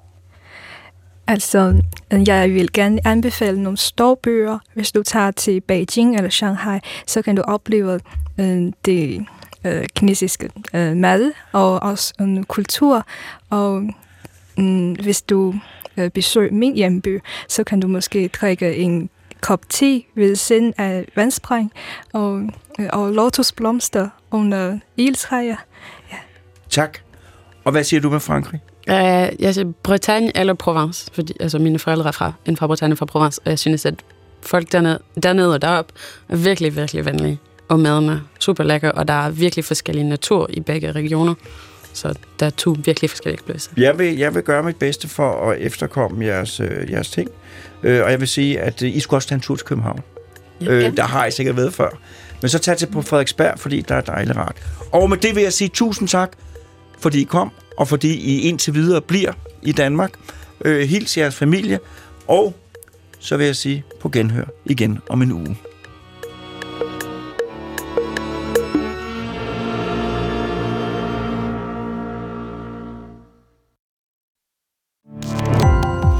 Altså, jeg vil gerne anbefale nogle storbyer. Hvis du tager til Beijing eller Shanghai, så kan du opleve det kinesisk mad og også en kultur. Og hvis du besøger min hjemby, så kan du måske drikke en kop te ved siden af vandspring og lotusblomster under ildtræer. Ja. Tak. Og hvad siger du med Frankrig? Jeg siger Bretagne eller Provence, fordi altså, mine forældre er fra Bretagne, fra Provence, og jeg synes, at folk dernede og deroppe er virkelig, virkelig venlige. Og maden er super lækker, og der er virkelig forskellige natur i begge regioner. Så der er 2 virkelig forskellige oplevelser. Jeg vil gøre mit bedste for at efterkomme jeres ting. Og jeg vil sige, at I skulle også tage en tur til København. Ja. Der har I sikkert været før. Men så tag til på Frederiksberg, fordi der er dejligt rart. Og med det vil jeg sige tusind tak, fordi I kom, og fordi I indtil videre bliver i Danmark. Hils jeres familie, og så vil jeg sige på genhør igen om en uge.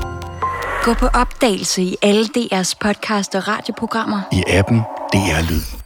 Gå på opdagelse i alle DR's podcast og radioprogrammer. I appen DR Lyd.